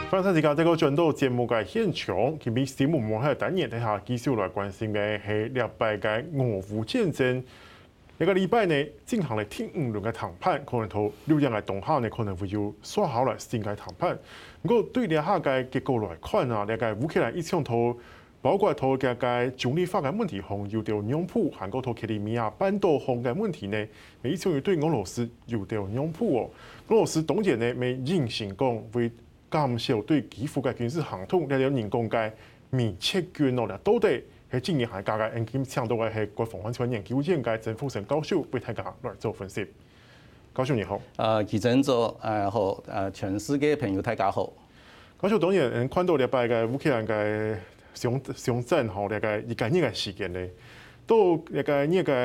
翻睇時間，這個轉到節目嘅現場，佢比節目網喺單日底下繼續來關心嘅係禮拜嘅俄烏戰爭。一個禮拜呢，進行嚟第五輪嘅談判，可能到6日嘅當下呢，可能會有刷好嚟新嘅談判。不過對呢下嘅結構來看啊，呢個烏克蘭一場套，包括套嘅中立法嘅問題，同有條兩鋪，韓國套克里米亞半島紅嘅問題呢，每一場要對俄羅斯有條兩鋪哦。俄羅斯當然呢，未認成講會減少對基輔嘅軍事行動，呢啲人工嘅未撤軍咯，到底係今年係加嘅，今搶到嘅係國防安全研究院嘅曾復生教授為大家來做分析。教授你好。 記者做好，全世界朋友大家好。 教授當然看到禮拜嘅烏克蘭嘅上戰後，呢個一個呢個事件咧，到呢個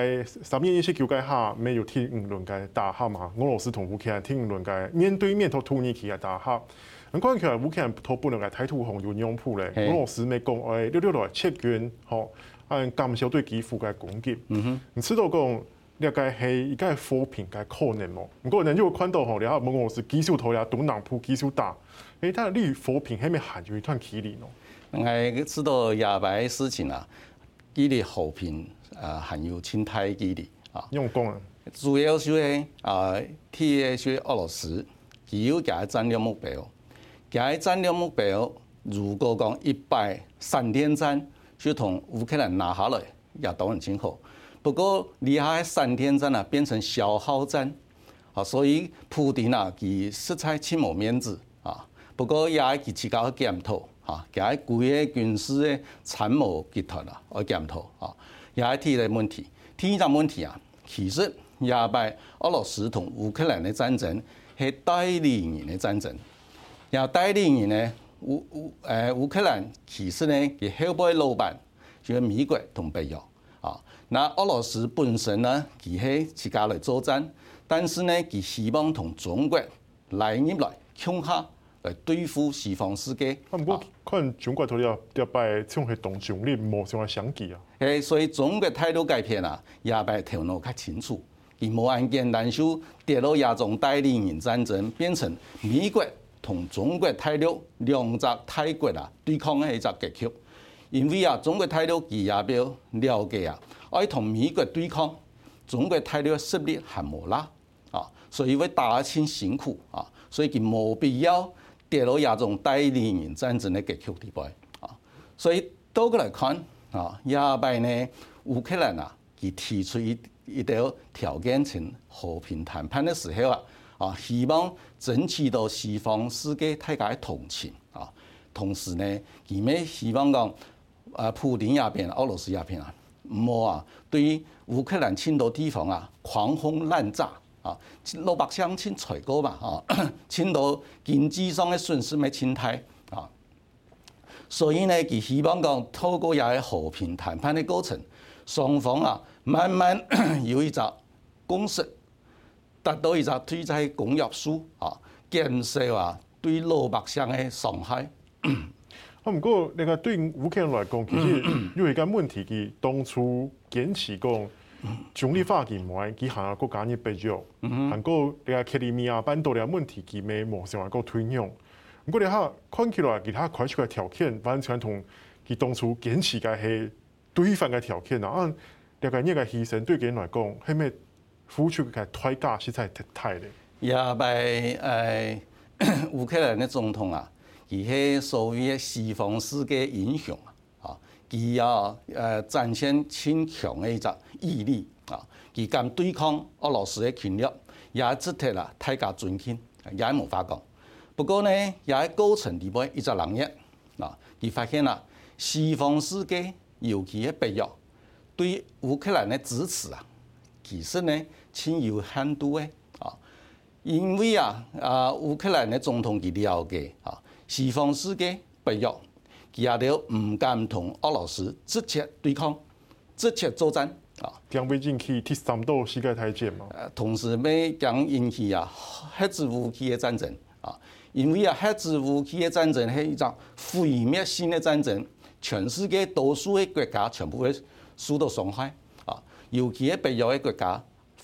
3月29日下，沒有第五輪嘅打下嘛，俄羅斯同烏克蘭第五輪嘅面對面同土耳其嘅打下。咁看起來烏克蘭同本來嘅態度好有兩鋪咧，俄羅斯咪講誒6來撤軍，嗬，減少對基輔嘅攻擊。你知道講呢個係一個和平嘅可能咯。不過人就會看到嗬，你睇俄羅斯繼續投呀，東南部繼續打，但係離和平係咪還有一段距離咯？ 我知道亞白事情啊，距離和平還有清太距離啊。 用講啊， 主要就係第一就係俄羅斯，佢有佢戰略目標。佢戰略目標，如果講103天戰就同烏克蘭拿下來，也當然真好。不過離下3天戰啊，變成消耗戰，啊，所以普丁啊，佢實在真冇面子啊。不過也係佢自己去檢討啊，佢係規個軍事嘅參謀集團啊，去檢討啊，也係第一個問題。第二個問題啊，其實也拜俄羅斯同烏克蘭嘅戰爭係代理人嘅戰爭。然後代理人呢，烏克蘭其實呢，佢後背老闆就係美國同北約啊。那俄羅斯本身呢，佢係自家來作戰，但是呢，佢希望同中國來入來強下來對付西方世界。 不過看中國頭要擺像係動中立，冇像係相機啊。 所以中國態度改變啊，也擺頭腦較清楚，佢冇按簡單就跌落亞種代理人戰爭，變成美國同中國大陸兩隻大國啊對抗嘅一隻結局，因為啊中國大陸佢也表了解啊，愛同美國對抗，中國大陸嘅實力還冇啦啊，所以會打得真辛苦啊，所以佢冇必要跌落亞種代理人戰爭嘅結局地步啊，所以倒過來看啊，也拜呢烏克蘭啊，佢提出一條條件性和平談判嘅時候啊。希望爭取到西方世界大家嘅同情啊，同時呢，佢咪希望講普丁也變，俄羅斯也變啊，唔好啊對烏克蘭侵到地方啊狂轟濫炸啊，老百姓侵採購嘛啊，侵到經濟上嘅損失咪侵太啊，所以呢，佢希望講透過也和平談判嘅過程，雙方啊慢慢有一個共識。達到一個對在公約數啊，減少啊對老百姓嘅傷害。 不過，你個對烏克蘭來講，其實有一個問題，佢當初堅持講中立法佢唔係，佢行下國家嘅北約，韓國你個克里米亞半島嘅問題，佢咪冇想話個推讓。不過你下看起來，其他開出嘅條件完全同佢當初堅持嘅係對反嘅條件啊！你個呢個犧牲對佢來講係咪？付出嘅代價實在太咧。 也拜烏克蘭嘅總統啊，佢係所謂嘅西方世界英雄啊，佢要展現堅強嘅一個毅力啊，佢敢對抗俄羅斯嘅侵略，也值得啦大家尊敬，也冇法講。不過呢，也喺過程裏邊一隻人嘢啊，佢發現啦，西方世界尤其係北約對烏克蘭嘅支持啊。其實呢，挺有限度嘅啊，因為烏克蘭嘅總統佢了解啊，西方世界北約佢也都唔敢同俄羅斯直接對抗、直接作戰啊。 將會引起第三度世界大戰嘛？ 同時咪將引起核子武器嘅戰爭啊，因為核子武器嘅戰爭係一場毀滅性嘅戰爭，全世界多數嘅國家全部會受到傷害。尤其係北約嘅國家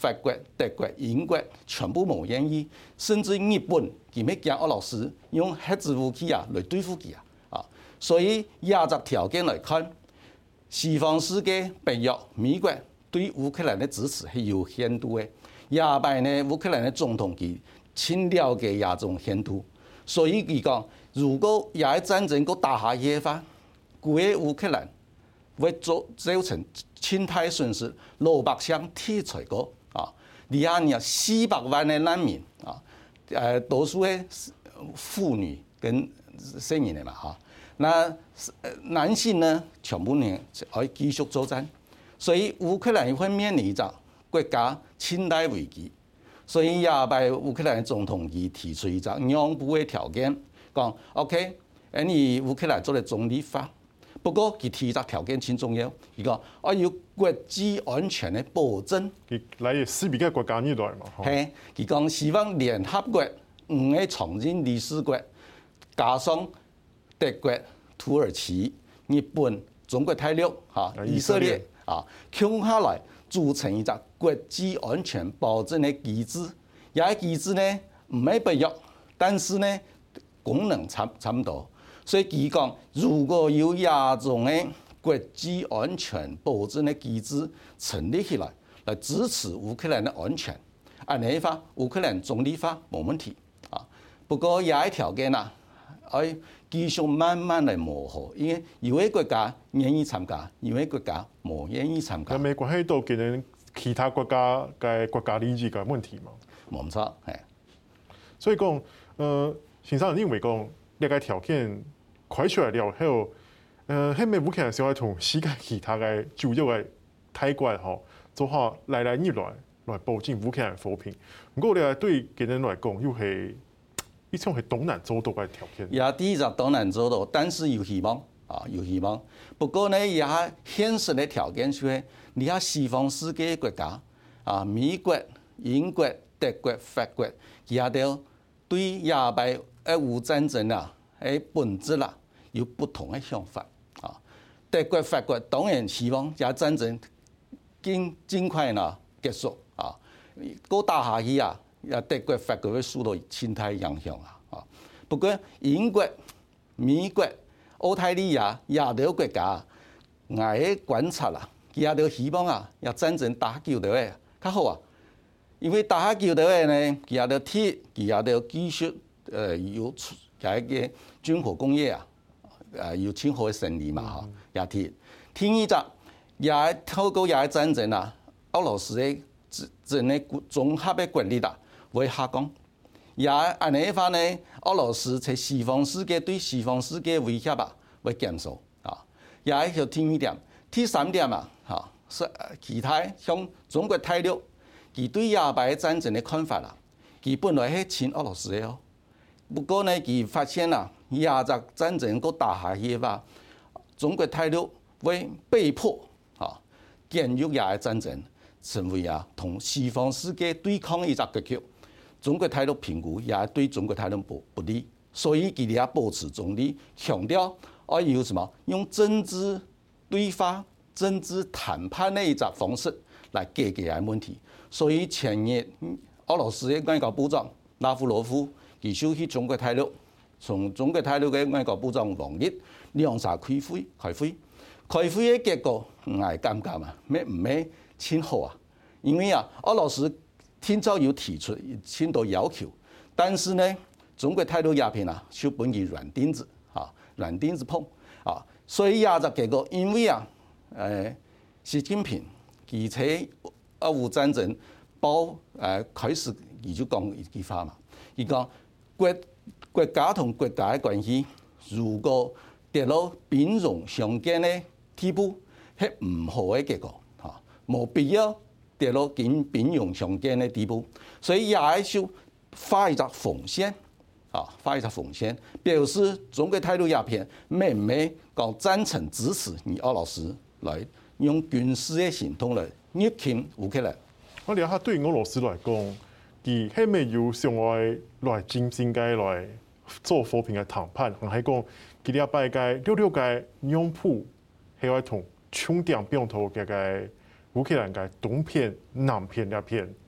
法國、德國、英國全部冇願意，甚至日本佢咪驚俄羅斯用核子武器啊來對付佢啊！所以亞隻條件來看，西方世界北約、美國對烏克蘭的支持係有限度嘅。亞擺呢，烏克蘭的總統佢清了解亞種限度，所以佢講，如果亞戰爭個打下去嘅話，整個烏克蘭會造成侵太損失，老百姓貼出個啊，你看你400萬的難民啊，多數係婦女跟成年的嘛哈，那男性呢全部呢可以繼續作戰，所以烏克蘭會面臨着國家侵略危機，所以亞擺烏克蘭總統佢提出一個讓步的條件，講 OK， 你烏克蘭做了中立化。不過，佢提出條件真重要，佢講我要國際安全的保證。 佢來4個國家呢來嘛？ 係，佢講希望聯合國5個常任理事國，加上德國、土耳其、日本、中國大陸、以色列啊，共下來組成一個國際安全保證的機制。有個機制呢唔係北約，但是呢功能差唔多。所以佢講，如果有亞種嘅國際安全保證嘅機制成立起來，來支持烏克蘭嘅安全，按呢話烏克蘭中立化冇問題啊。不過有一條件啊，要繼續慢慢嚟磨合，因為有啲國家願意參加，有啲國家冇願意參加。 美國喺度見到其他國家嘅國家利益嘅問題嘛？ 冇錯，係。 所以講，先生認為講呢個條件開出來了後，喺咪烏克蘭想要同世界其他嘅主要嘅大國吼做下來保證烏克蘭和平。不過咧對佢哋來講，又係一種係東難做到嘅條件。 也第一就東難做到，但是有希望啊，有希望。不過呢，也現實嘅條件就係，你睇西方世界國家啊，美國、英國、德國、法國，佢都對亞擺俄烏戰爭啊，喺本質啦。有不同的想法啊！德國、法國當然希望這戰爭盡快呢結束啊！個打下去啊，德國、法國會受到侵太影響啊！不過英國、美國、澳大利亞亞洲國家，我嘅觀察啦，佢都希望啊，這戰爭打久啲嘅較好啊！因為打久啲嘅呢，佢都睇，佢都繼續有這個軍火工業啊！有清好嘅勝利嘛嚇，也提。第二就也透過也戰爭啊，俄羅斯嘅整個綜合嘅國力啊會下降。也按呢話呢，俄羅斯在西方世界對西方世界威脅啊會減少啊。也係第二點，第三點啊嚇，其他像中國大陸，佢對亞擺戰爭嘅看法啦，佢本來係親俄羅斯嘅哦，不過呢佢發現啦。亞洲戰爭個打下去嘅話，中國大陸會被迫啊建立亞戰爭，成為啊同西方世界對抗一個格局。中國大陸評估也對中國大陸不利，所以佢哋也保持中立，強調要有什麼用政治對話、政治談判的一個方式來解決亞問題。所以前日俄羅斯嘅外交部長拉夫羅夫佢就去中國大陸。從中國大陸嘅外交部長王毅兩場開會嘅結果唔係尷尬嘛？咩唔係簽好啊？因為啊，俄羅斯聽朝有提出簽到要求，但是呢，中國大陸鴉片啊，就本於軟釘子啊，軟釘子碰啊，所以亞洲結果，因為啊，習近平佢喺俄烏戰爭開始，佢就講一句話嘛，佢講國家同國家嘅關係，如果跌到兵戎相見嘅地步，係唔好嘅結果嚇，冇必要跌到兵戎相見嘅地步。所以也係畫一個紅線啊，畫一個紅線，表示中國大陸鴉片咩唔係講贊成支持你俄羅斯來用軍事嘅行動來入侵烏克蘭。 我哋下對俄羅斯來講，佢係咪有想來真正嘅來做和平嘅談判，還係講佢哋擺嘅六個讓步，係要同重點邊頭嘅烏克蘭嘅東片、南片一片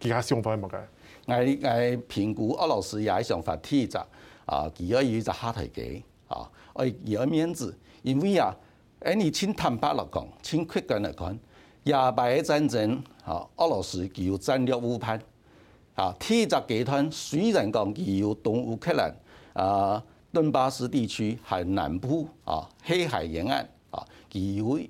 其他想法冇解？ 我评估俄羅斯也係想法提一啊，佢要有一個下台階啊，要面子，因為啊，你親坦白嚟講，親客觀嚟講，亞白嘅戰爭啊，俄羅斯佢有戰略誤判啊，提一集團雖然講佢有東烏克蘭啊、頓巴斯地區係南部啊、黑海沿岸啊，佢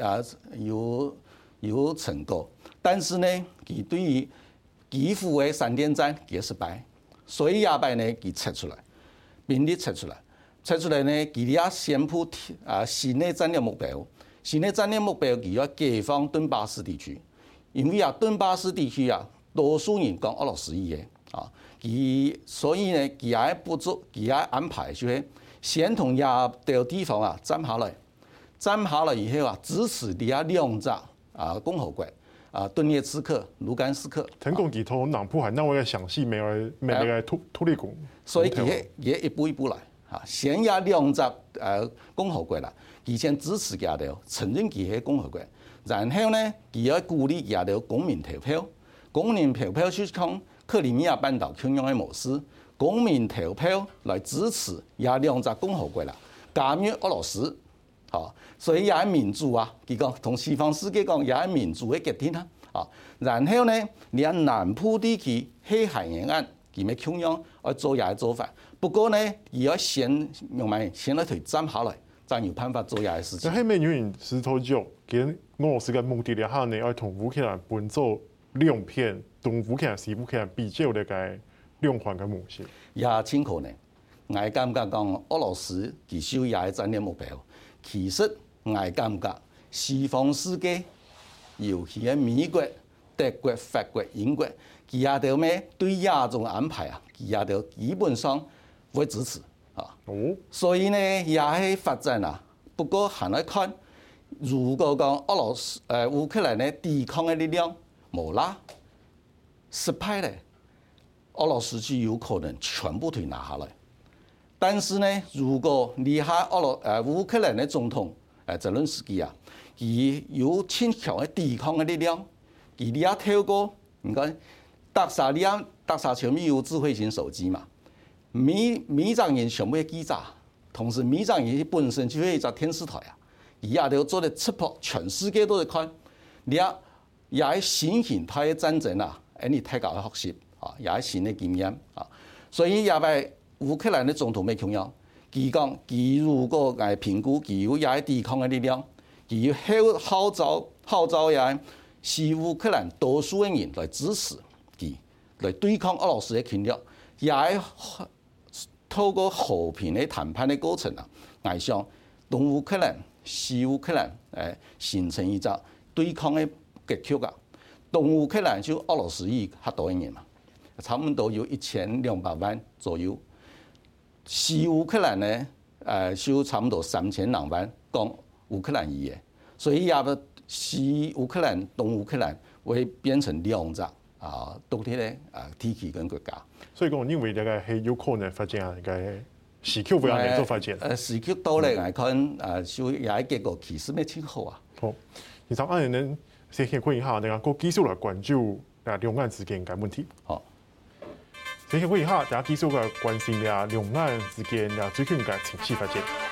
有成果，但是呢，佢對於基輔嘅閃電戰佢失敗，所以亞白呢佢撤出來。兵力撤出來呢，佢哋宣布新的戰略目標。新的戰略目標，佢要解放頓巴斯地區，因為頓巴斯地區多數人講俄羅斯語嘅，所以呢，佢也不足，佢也安排就係先同亞洲地方站下來，站下來以後支持佢哋兩隻共和國。頓涅茨克、盧甘斯克， 聽講佢同南部係那位嘅詳細未來土地公， 所以佢也一步一步來先有兩隻共和國啦，佢先支持佢哋，承認佢係共和國，然後呢，佢要鼓勵佢哋公民投票，公民投票就是講克里米亞半島共用嘅模式，公民投票來支持有兩隻共和國啦，加入俄羅斯。所以也係民主啊！佢講同西方世界講也係民主嘅決定啊！然後呢，你喺南部地區黑海沿岸，佢咪共樣要做也係做法。不過呢，佢要先用埋先來推站下來，才有辦法做也係事情。 喺咩原因石頭腳跟俄羅斯嘅目的咧下呢，要同烏克蘭分做兩片，東烏克蘭、西烏克蘭比較嘅個兩環嘅模式。 也清楚呢，我感覺講俄羅斯其實也係戰略目標。其實我感覺西方世界，尤其係美國、德國、法國、英國，佢也都咩對亞洲安排佢也都基本上會支持所以呢，也係發展不過還要看，如果講俄羅斯烏克蘭嘅抵抗嘅力量冇啦，失敗咧，俄羅斯就有可能全部推拿下來。但是呢，如果你下烏克蘭的總統澤倫斯基佢有堅強嘅抵抗嘅力量，佢哋透過你看特沙全部有智慧型手機嘛，每張人全部係記者，同時每張人本身就係一隻電視台佢都做得直播，全世界都在看，你也係新形態嘅戰爭你太搞學習也係新嘅經驗所以也係。烏克蘭的總統咩強樣？佢講佢如果評估佢有也抵抗嘅力量，佢要號召也西烏克蘭多數嘅人來支持佢，來對抗俄羅斯嘅侵略，也透過和平嘅談判嘅過程我想東烏克蘭、西烏克蘭形成一個對抗嘅結局東烏克蘭就俄羅斯語較多嘅人嘛，差唔多有1200萬左右。西烏克蘭呢，就差唔多3000萬講烏克蘭語嘅，所以也西烏克蘭、東烏克蘭會變成兩隻獨立嘅地區跟國家。 所以講，認為呢個係有可能發展嘅時區會係做發展。 時區到嚟嚟看，就也係結果其實咩情況好，現在按人先先問一下，個技術來關注兩岸之間嘅問題。 好。 先問一下，大家繼續嘅關心兩岸之間最近嘅情勢發展。